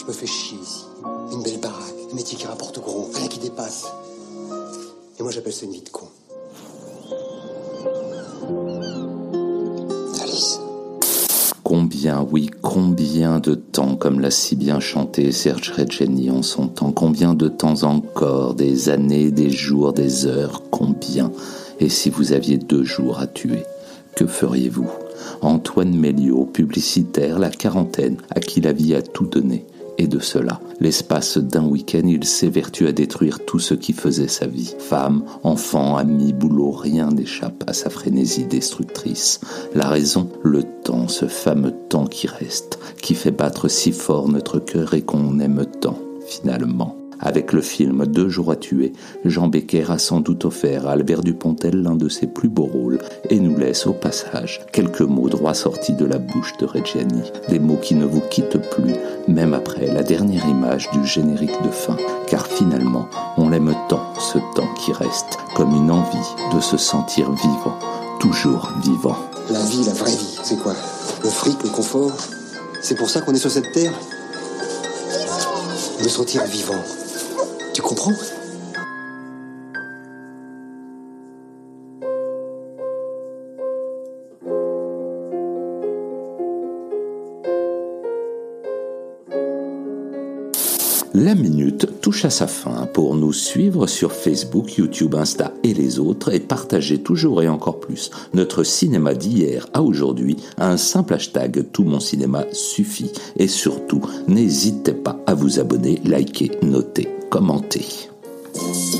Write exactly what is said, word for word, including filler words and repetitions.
me fais chier ici. Une belle baraque, un métier qui rapporte gros, rien qui dépasse. Et moi j'appelle ça une vie de con. Alice. Combien, oui, combien de temps, comme l'a si bien chanté Serge Reggiani en son temps, combien de temps encore, des années, des jours, des heures, combien? Et si vous aviez deux jours à tuer, que feriez-vous? Antoine Méliot, publicitaire, la quarantaine, à qui la vie a tout donné. Et de cela, l'espace d'un week-end, il s'évertue à détruire tout ce qui faisait sa vie. Femme, enfants, amis, boulot, rien n'échappe à sa frénésie destructrice. La raison, le temps, ce fameux temps qui reste, qui fait battre si fort notre cœur et qu'on aime tant, finalement. Avec le film Deux jours à tuer, Jean Becker a sans doute offert à Albert Dupontel l'un de ses plus beaux rôles et nous laisse au passage quelques mots droit sortis de la bouche de Reggiani. Des mots qui ne vous quittent plus, même après la dernière image du générique de fin. Car finalement, on l'aime tant, ce temps qui reste, comme une envie de se sentir vivant, toujours vivant. La vie, la vraie vie, c'est quoi? Le fric, le confort? C'est pour ça qu'on est sur cette terre? Me sentir vivant. Tu comprends? La minute touche à sa fin. Pour nous suivre sur Facebook, YouTube, Insta et les autres et partager toujours et encore plus notre cinéma d'hier à aujourd'hui, un simple hashtag Tout mon cinéma suffit. Et surtout, n'hésitez pas à vous abonner, liker, noter, commenter.